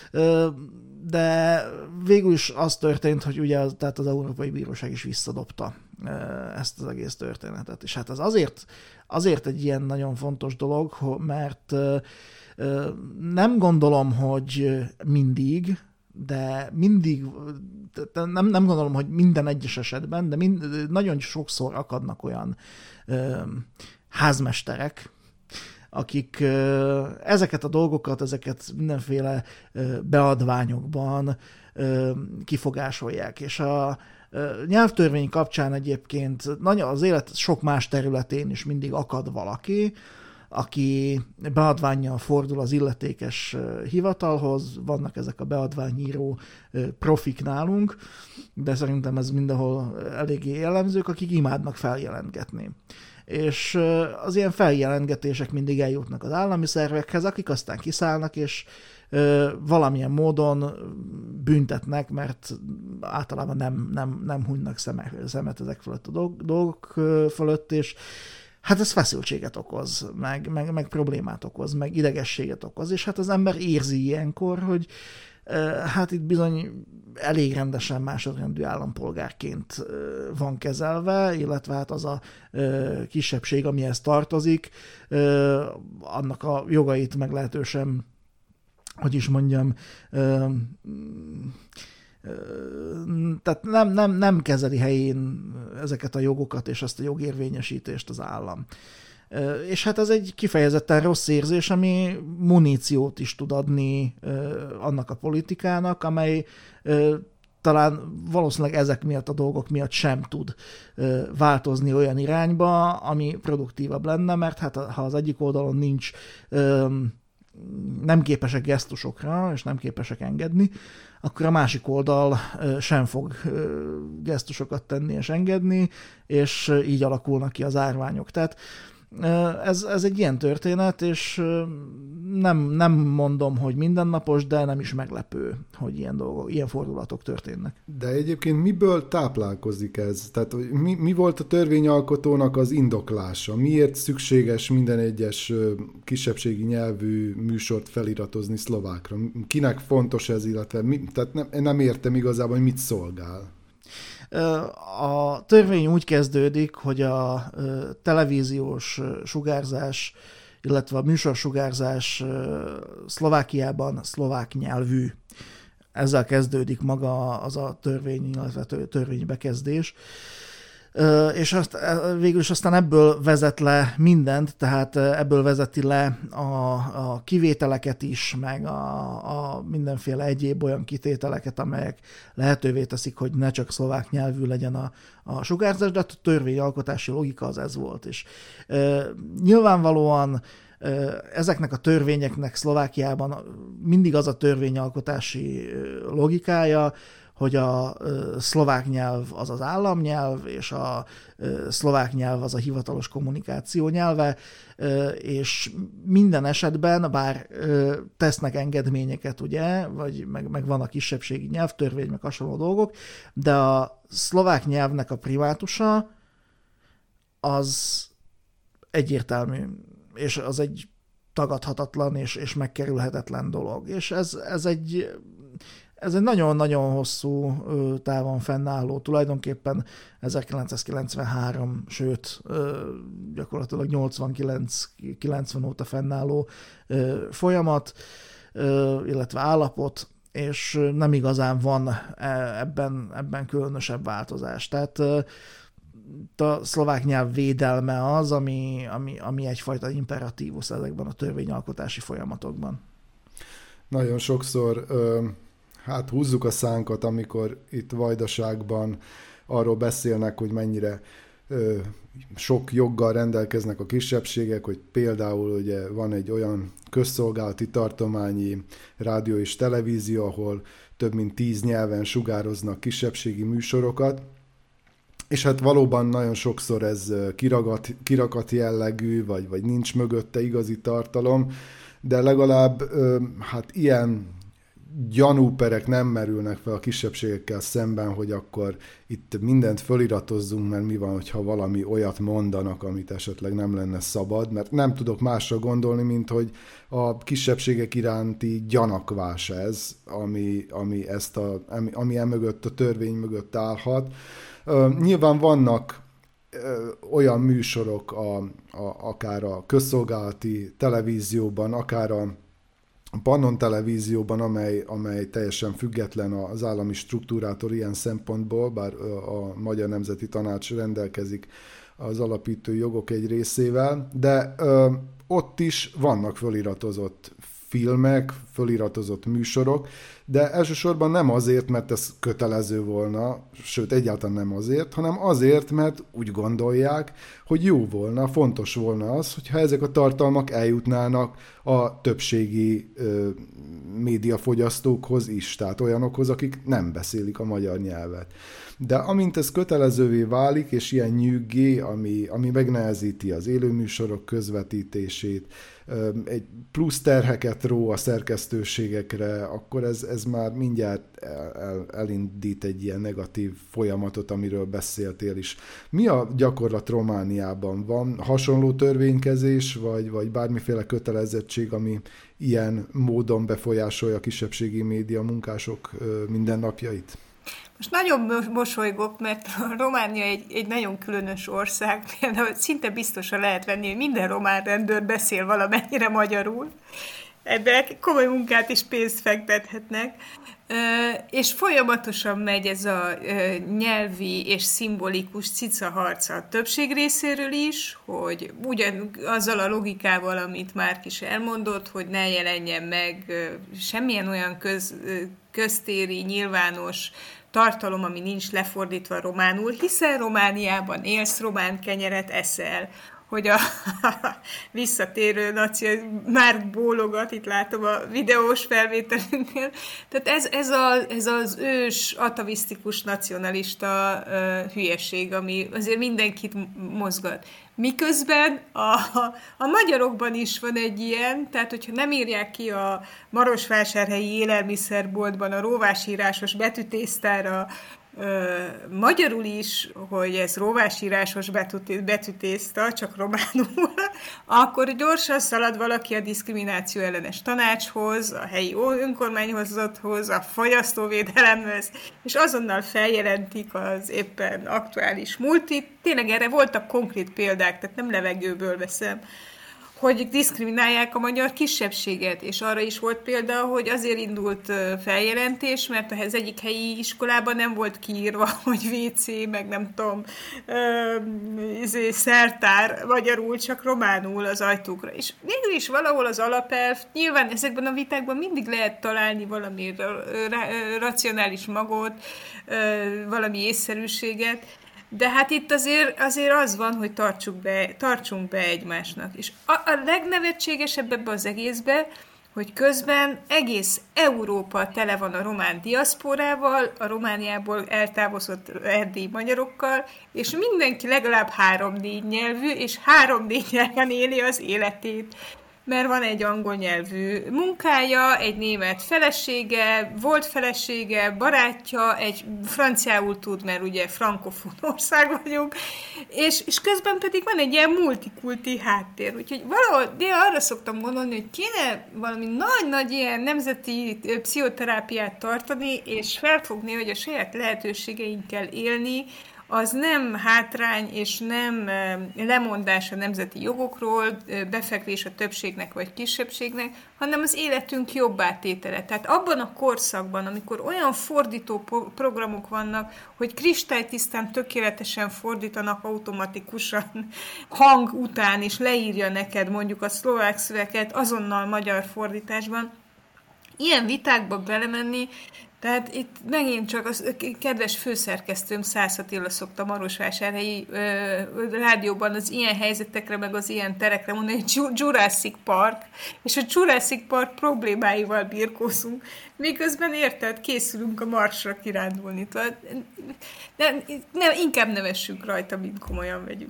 C: de végül is az történt, hogy ugye az, tehát az Európai Bíróság is visszadobta ezt az egész történetet. És hát ez azért, azért egy ilyen nagyon fontos dolog, mert nem gondolom, hogy mindig, de mindig, nem, nem gondolom, hogy minden egyes esetben, de mind, nagyon sokszor akadnak olyan ö, házmesterek, akik ezeket a dolgokat, ezeket mindenféle beadványokban kifogásolják. És a nyelvtörvény kapcsán egyébként nagyon az élet sok más területén is mindig akad valaki, aki beadvánnyal fordul az illetékes hivatalhoz, vannak ezek a beadványíró profik nálunk, de szerintem ez mindenhol eléggé jellemzők, akik imádnak feljelentgetni. És az ilyen feljelentgetések mindig eljutnak az állami szervekhez, akik aztán kiszállnak, és valamilyen módon büntetnek, mert általában nem, nem, nem hunynak szemet ezek fölött a dolgok fölött, és hát ez feszültséget okoz, meg, meg, meg problémát okoz, meg idegességet okoz, és hát az ember érzi ilyenkor, hogy hát itt bizony elég rendesen másodrendű állampolgárként van kezelve, illetve hát az a kisebbség, amihez tartozik, annak a jogait meglehetősen, hogy is mondjam, tehát nem, nem, nem kezeli helyén ezeket a jogokat és ezt a jogérvényesítést az állam. És hát ez egy kifejezetten rossz érzés, ami muníciót is tud adni annak a politikának, amely talán valószínűleg ezek miatt a dolgok miatt sem tud változni olyan irányba, ami produktívabb lenne, mert hát ha az egyik oldalon nincs, nem képesek gesztusokra, és nem képesek engedni, akkor a másik oldal sem fog gesztusokat tenni és engedni, és így alakulnak ki az árványok. Tehát ez, ez egy ilyen történet, és nem, nem mondom, hogy mindennapos, de nem is meglepő, hogy ilyen dolgok, ilyen fordulatok történnek.
A: De egyébként miből táplálkozik ez? Tehát mi, mi volt a törvényalkotónak az indoklása? Miért szükséges minden egyes kisebbségi nyelvű műsort feliratozni szlovákra? Kinek fontos ez, illetve mi, tehát nem, nem értem igazából, hogy mit szolgál.
C: A törvény úgy kezdődik, hogy a televíziós sugárzás, illetve a műsorsugárzás Szlovákiában szlovák nyelvű. Ezzel kezdődik maga az a törvény, illetve törvénybekezdés. És azt, végül is aztán ebből vezet le mindent, tehát ebből vezeti le a, a kivételeket is, meg a, a mindenféle egyéb olyan kitételeket, amelyek lehetővé teszik, hogy ne csak szlovák nyelvű legyen a, a sugárzás, de a törvényalkotási logika az ez volt. És e, nyilvánvalóan e, ezeknek a törvényeknek Szlovákiában mindig az a törvényalkotási logikája, hogy a szlovák nyelv az az államnyelv, és a szlovák nyelv az a hivatalos kommunikáció nyelve, és minden esetben, bár tesznek engedményeket, ugye, vagy meg, meg van a kisebbségi nyelvtörvény, meg hasonló dolgok, de a szlovák nyelvnek a primátusa az egyértelmű, és az egy tagadhatatlan és, és megkerülhetetlen dolog. És ez, ez egy Ez egy nagyon-nagyon hosszú távon fennálló, tulajdonképpen ezerkilencszázkilencvenhárom, sőt, gyakorlatilag nyolcvankilenc-kilencven óta fennálló folyamat, illetve állapot, és nem igazán van ebben, ebben különösebb változás. Tehát a szlovák nyelv védelme az, ami, ami, ami egyfajta imperatívus ezekben a törvényalkotási folyamatokban.
A: Nagyon sokszor... Ö... Hát húzzuk a szánkat, amikor itt Vajdaságban arról beszélnek, hogy mennyire ö, sok joggal rendelkeznek a kisebbségek, hogy például ugye van egy olyan közszolgálati tartományi rádió és televízió, ahol több mint tíz nyelven sugároznak kisebbségi műsorokat, és hát valóban nagyon sokszor ez kiragat, kirakat jellegű, vagy, vagy nincs mögötte igazi tartalom, de legalább ö, hát ilyen gyanúperek nem merülnek fel a kisebbségekkel szemben, hogy akkor itt mindent föliratozzunk, mert mi van, hogyha valami olyat mondanak, amit esetleg nem lenne szabad, mert nem tudok másra gondolni, mint hogy a kisebbségek iránti gyanakvás ez, ami, ami, ezt a, ami, ami emögött, a törvény mögött állhat. Uh, nyilván vannak uh, olyan műsorok, a, a, akár a közszolgálati televízióban, akár a A Pannon televízióban, amely, amely teljesen független az állami struktúrától ilyen szempontból, bár a Magyar Nemzeti Tanács rendelkezik az alapító jogok egy részével, de ö, ott is vannak föliratozott filmek, föliratozott műsorok, de elsősorban nem azért, mert ez kötelező volna, sőt egyáltalán nem azért, hanem azért, mert úgy gondolják, hogy jó volna, fontos volna az, hogyha ezek a tartalmak eljutnának a többségi ö, médiafogyasztókhoz is, tehát olyanokhoz, akik nem beszélik a magyar nyelvet. De amint ez kötelezővé válik, és ilyen nyűggé, ami, ami megnehezíti az élőműsorok közvetítését, egy plusz terheket ró a szerkesztőségekre, akkor ez, ez már mindjárt el, elindít egy ilyen negatív folyamatot, amiről beszéltél is. Mi a gyakorlat Romániában? Van hasonló törvénykezés, vagy, vagy bármiféle kötelezettség, ami ilyen módon befolyásolja a kisebbségi média munkások mindennapjait?
B: Most nagyon mosolygok, mert Románia egy, egy nagyon különös ország, például szinte biztosan lehet venni, hogy minden román rendőr beszél valamennyire magyarul. Ebben komoly munkát és pénzt fektethetnek. És folyamatosan megy ez a nyelvi és szimbolikus cicaharc a többség részéről is, hogy ugyan azzal a logikával, amit Márk is elmondott, hogy ne jelenjen meg semmilyen olyan köz, köztéri, nyilvános tartalom, ami nincs lefordítva románul, hiszen Romániában élsz, román kenyeret eszel, hogy a visszatérő naci már bólogat, itt látom a videós felvételünknél. Tehát ez, ez, a, ez az ős, atavisztikus, nacionalista uh, hülyeség, ami azért mindenkit mozgat. Miközben a, a, a magyarokban is van egy ilyen, tehát hogyha nem írják ki a Marosvásárhelyi élelmiszerboltban a róvásírásos betűtésztára Ö, magyarul is, hogy ez róvásírásos betűtészta, csak románul, akkor gyorsan szalad valaki a diszkrimináció ellenes tanácshoz, a helyi önkormányhozathoz, a fogyasztóvédelemhez, és azonnal feljelentik az éppen aktuális multit. Tényleg erre voltak konkrét példák, tehát nem levegőből veszem, hogy diszkriminálják a magyar kisebbséget, és arra is volt példa, hogy azért indult feljelentés, mert az egyik helyi iskolában nem volt kiírva, hogy vé cé, meg nem tudom, ö, szertár magyarul, csak románul az ajtókra. És végül is valahol az alapelv, nyilván ezekben a vitákban mindig lehet találni valami racionális magot, valami észszerűséget, de hát itt azért, azért az van, hogy tartsuk be, tartsunk be egymásnak. És a, a legnevetségesebb ebbe az egészbe, hogy közben egész Európa tele van a román diaszporával, a Romániából eltávozott erdélyi magyarokkal, és mindenki legalább három-négy nyelvű, és három-négy nyelven éli az életét. Mert van egy angol nyelvű munkája, egy német felesége, volt felesége, barátja, egy franciául tud, mert ugye frankofón ország vagyunk, és, és közben pedig van egy ilyen multikulti háttér. Úgyhogy valahol, de arra szoktam gondolni, hogy kéne valami nagy-nagy ilyen nemzeti pszichoterápiát tartani, és felfogni, hogy a saját lehetőségeinkkel élni, az nem hátrány és nem lemondás a nemzeti jogokról, befekvés a többségnek vagy kisebbségnek, hanem az életünk jobb átétele. Tehát abban a korszakban, amikor olyan fordító programok vannak, hogy kristálytisztán tökéletesen fordítanak automatikusan hang után, és leírja neked mondjuk a szlovák szöveget azonnal magyar fordításban, ilyen vitákba belemenni, tehát itt megint csak a kedves főszerkesztőm Szász Attila szokta Marosvásárhelyi ö, rádióban az ilyen helyzetekre, meg az ilyen terekre mondani, hogy Jurassic Park, és a Jurassic Park problémáival birkózunk, miközben érted, készülünk a Marsra kirándulni. Tehát, de, ne, inkább nevessünk rajta, mint komolyan vegyük.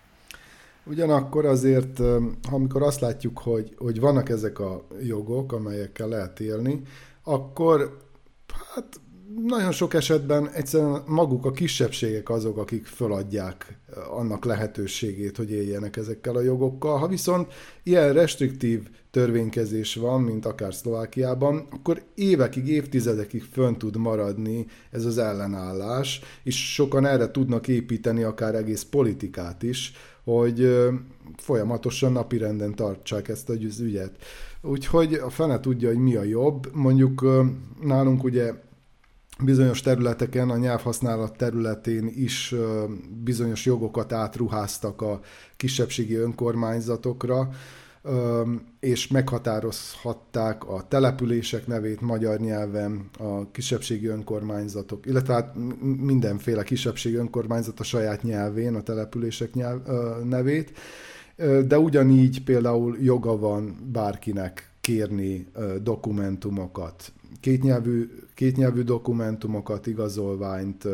A: Ugyanakkor azért, amikor azt látjuk, hogy, hogy vannak ezek a jogok, amelyekkel lehet élni, akkor hát nagyon sok esetben egyszerűen maguk a kisebbségek azok, akik föladják annak lehetőségét, hogy éljenek ezekkel a jogokkal. Ha viszont ilyen restriktív törvénykezés van, mint akár Szlovákiában, akkor évekig, évtizedekig fönn tud maradni ez az ellenállás, és sokan erre tudnak építeni akár egész politikát is, hogy folyamatosan napirenden tartsák ezt az ügyet. Úgyhogy a fene tudja, hogy mi a jobb. Mondjuk nálunk ugye bizonyos területeken, a nyelvhasználat területén is bizonyos jogokat átruháztak a kisebbségi önkormányzatokra, és meghatározhatták a települések nevét magyar nyelven, a kisebbségi önkormányzatok, illetve hát mindenféle kisebbségi önkormányzat a saját nyelvén, a települések nyelv, nevét, de ugyanígy például joga van bárkinek kérni dokumentumokat, kétnyelvű, kétnyelvű dokumentumokat, igazolványt,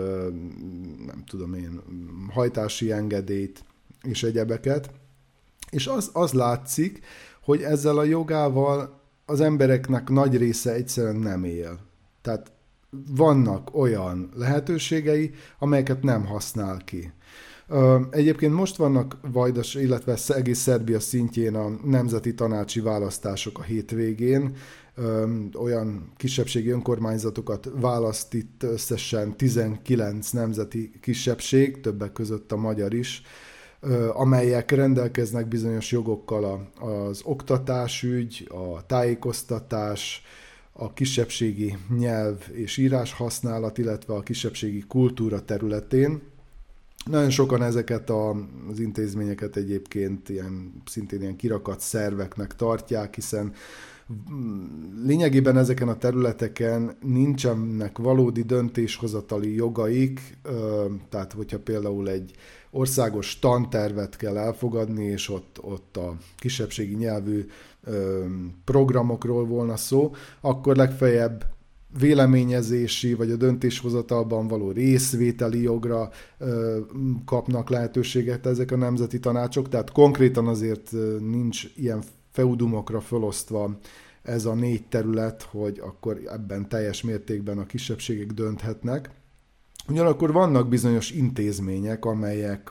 A: nem tudom én, hajtási engedélyt és egyebeket. És az, az látszik, hogy ezzel a jogával az embereknek nagy része egyszerűen nem él. Tehát vannak olyan lehetőségei, amelyeket nem használ ki. Egyébként most vannak Vajdas, illetve egész Szerbia szintjén a nemzeti tanácsi választások a hétvégén. Olyan kisebbségi önkormányzatokat választ itt összesen tizenkilenc nemzeti kisebbség, többek között a magyar is, amelyek rendelkeznek bizonyos jogokkal az oktatásügy, a tájékoztatás, a kisebbségi nyelv és írás használat, illetve a kisebbségi kultúra területén. Nagyon sokan ezeket az intézményeket egyébként ilyen, szintén ilyen kirakat szerveknek tartják, hiszen lényegében ezeken a területeken nincsenek valódi döntéshozatali jogaik, tehát hogyha például egy országos tantervet kell elfogadni, és ott, ott a kisebbségi nyelvű programokról volna szó, akkor legfeljebb véleményezési vagy a döntéshozatalban való részvételi jogra ö, kapnak lehetőséget ezek a nemzeti tanácsok, tehát konkrétan azért nincs ilyen feudumokra felosztva ez a négy terület, hogy akkor ebben teljes mértékben a kisebbségek dönthetnek. Ugyanakkor vannak bizonyos intézmények, amelyek,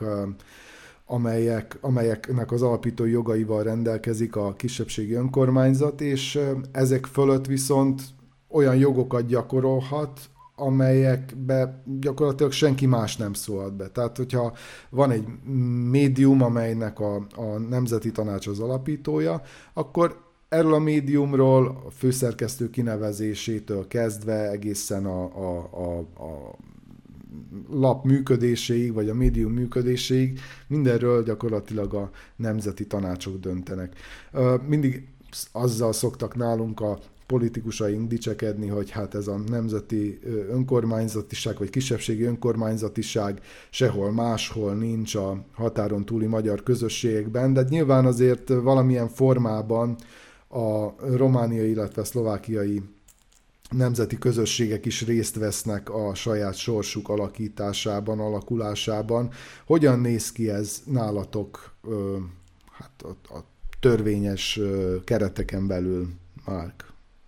A: amelyek, amelyeknek az alapító jogaival rendelkezik a kisebbségi önkormányzat, és ezek fölött viszont olyan jogokat gyakorolhat, amelyekbe gyakorlatilag senki más nem szólhat be. Tehát, hogyha van egy médium, amelynek a, a Nemzeti Tanács az alapítója, akkor erről a médiumról a főszerkesztő kinevezésétől kezdve egészen a, a, a, a lap működéséig, vagy a médium működéséig, mindenről gyakorlatilag a nemzeti tanácsok döntenek. Mindig azzal szoktak nálunk a politikusaink dicsekedni, hogy hát ez a nemzeti önkormányzatiság, vagy kisebbségi önkormányzatiság sehol máshol nincs a határon túli magyar közösségekben, de nyilván azért valamilyen formában a romániai, illetve szlovákiai nemzeti közösségek is részt vesznek a saját sorsuk alakításában, alakulásában. Hogyan néz ki ez nálatok hát a, a törvényes kereteken belül, Márk?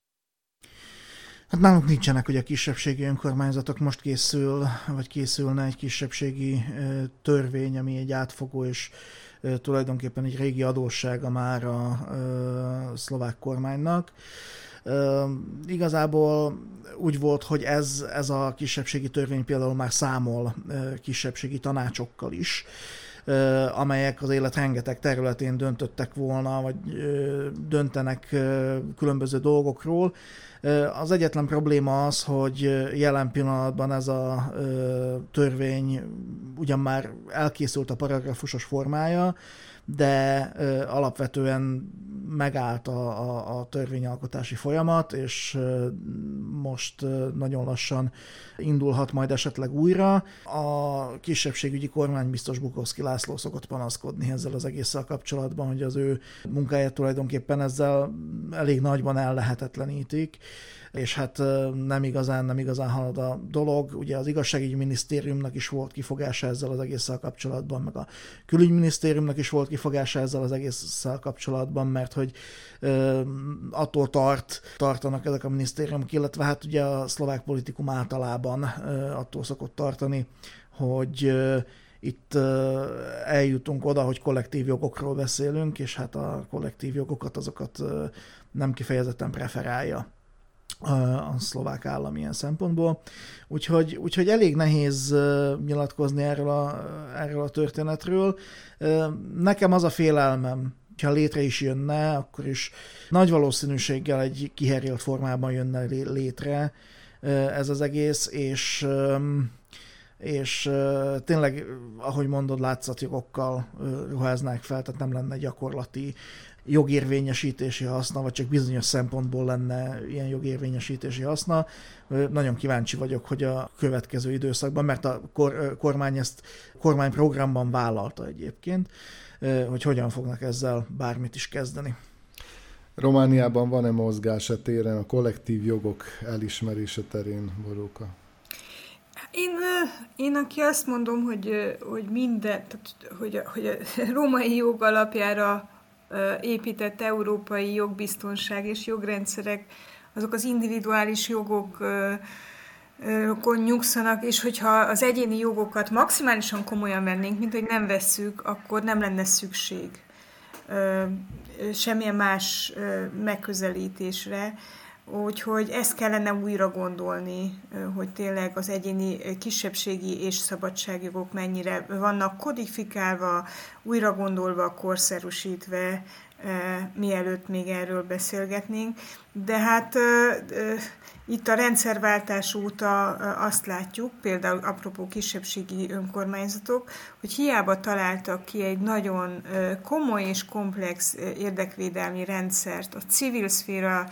C: Hát nálunk nincsenek ugye kisebbségi önkormányzatok, most készül, vagy készülne egy kisebbségi törvény, ami egy átfogó és tulajdonképpen egy régi adóssága már a szlovák kormánynak. Igazából úgy volt, hogy ez, ez a kisebbségi törvény például már számol kisebbségi tanácsokkal is, amelyek az élet rengeteg területén döntöttek volna, vagy döntenek különböző dolgokról. Az egyetlen probléma az, hogy jelen pillanatban ez a törvény ugyan már elkészült a paragrafusos formája, de alapvetően megállt a, a, a törvényalkotási folyamat, és most nagyon lassan indulhat majd esetleg újra. A kisebbségügyi kormánybiztos Bukovszki László szokott panaszkodni ezzel az egésszel kapcsolatban, hogy az ő munkáját tulajdonképpen ezzel elég nagyban ellehetetlenítik, és hát nem igazán, nem igazán halad a dolog. Ugye az igazságügyi minisztériumnak is volt kifogása ezzel az egésszel kapcsolatban, meg a külügyminisztériumnak is volt kifogása ezzel az egésszel kapcsolatban, mert hogy ö, attól tart, tartanak ezek a minisztériumok, illetve hát ugye a szlovák politikum általában ö, attól szokott tartani, hogy ö, itt ö, eljutunk oda, hogy kollektív jogokról beszélünk, és hát a kollektív jogokat azokat ö, nem kifejezetten preferálja a szlovák állam ilyen szempontból. Úgyhogy, úgyhogy elég nehéz nyilatkozni erről a, erről a történetről. Nekem az a félelmem, ha létre is jönne, akkor is nagy valószínűséggel egy kiherélt formában jönne létre, ez az egész, és és tényleg, ahogy mondod, látszatjogokkal ruháznák fel, tehát nem lenne gyakorlati jogérvényesítési haszna, vagy csak bizonyos szempontból lenne ilyen jogérvényesítési haszna. Nagyon kíváncsi vagyok, hogy a következő időszakban, mert a kor, kormány ezt kormányprogramban vállalta egyébként, hogy hogyan fognak ezzel bármit is kezdeni.
A: Romániában van-e mozgás a téren, a kollektív jogok elismerése terén, Boróka?
B: Én, én aki azt mondom, hogy, hogy minden, tehát, hogy, hogy a római jog alapjára épített európai jogbiztonság és jogrendszerek, azok az individuális jogokon nyugszanak, és hogyha az egyéni jogokat maximálisan komolyan vennénk, mint hogy nem vesszük, akkor nem lenne szükség semmilyen más megközelítésre. Úgyhogy ezt kellene újra gondolni, hogy tényleg az egyéni kisebbségi és szabadságjogok mennyire vannak kodifikálva, újra gondolva, korszerűsítve, mielőtt még erről beszélgetnénk. De hát itt a rendszerváltás óta azt látjuk, például apropó kisebbségi önkormányzatok, hogy hiába találtak ki egy nagyon komoly és komplex érdekvédelmi rendszert a civil szféra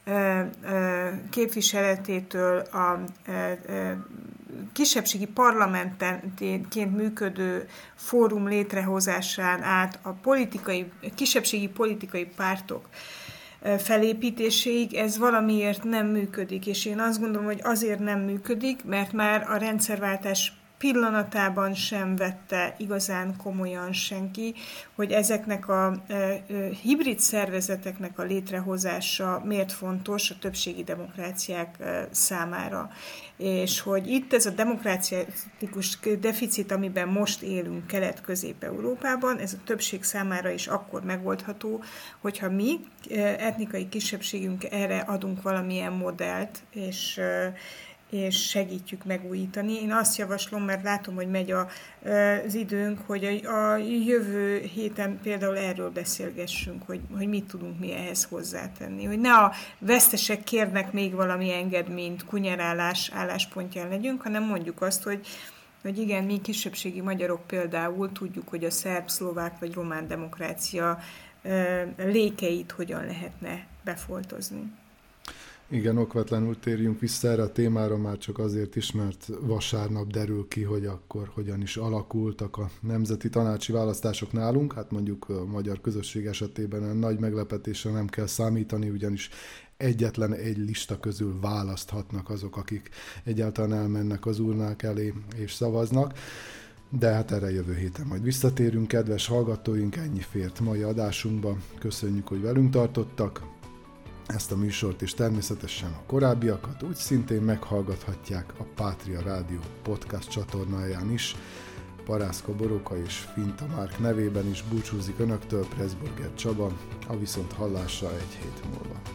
B: képviseletétől a kisebbségi parlamentként működő fórum létrehozásán át a politikai, kisebbségi politikai pártok felépítéséig ez valamiért nem működik, és én azt gondolom, hogy azért nem működik, mert már a rendszerváltás pillanatában sem vette igazán komolyan senki, hogy ezeknek a e, hibrid szervezeteknek a létrehozása miért fontos a többségi demokráciák e, számára. És hogy itt ez a demokráciatikus deficit, amiben most élünk Kelet-Közép-Európában, ez a többség számára is akkor megoldható, hogyha mi etnikai kisebbségünk erre adunk valamilyen modellt, és és segítjük megújítani. Én azt javaslom, mert látom, hogy megy a, az időnk, hogy a, a jövő héten például erről beszélgessünk, hogy, hogy mit tudunk mi ehhez hozzátenni. Hogy ne a vesztesek kérnek még valami engedményt, kunyerálás álláspontján legyünk, hanem mondjuk azt, hogy, hogy igen, mi kisebbségi magyarok például tudjuk, hogy a szerb, szlovák vagy román demokrácia lékeit hogyan lehetne befoltozni.
A: Igen, okvetlenül térjünk vissza erre a témára, már csak azért is, mert vasárnap derül ki, hogy akkor hogyan is alakultak a nemzeti tanácsi választások nálunk. Hát mondjuk a magyar közösség esetében nagy meglepetésre nem kell számítani, ugyanis egyetlen egy lista közül választhatnak azok, akik egyáltalán elmennek az urnák elé és szavaznak. De hát erre jövő héten majd visszatérünk, kedves hallgatóink, ennyi fért mai adásunkba. Köszönjük, hogy velünk tartottak. Ezt a műsort és természetesen a korábbiakat úgy szintén meghallgathatják a Pátria Rádió podcast csatornáján is. Parászka Boróka és Finta Márk nevében is búcsúzik önöktől Pressburger Csaba, a viszonthallásra egy hét múlva.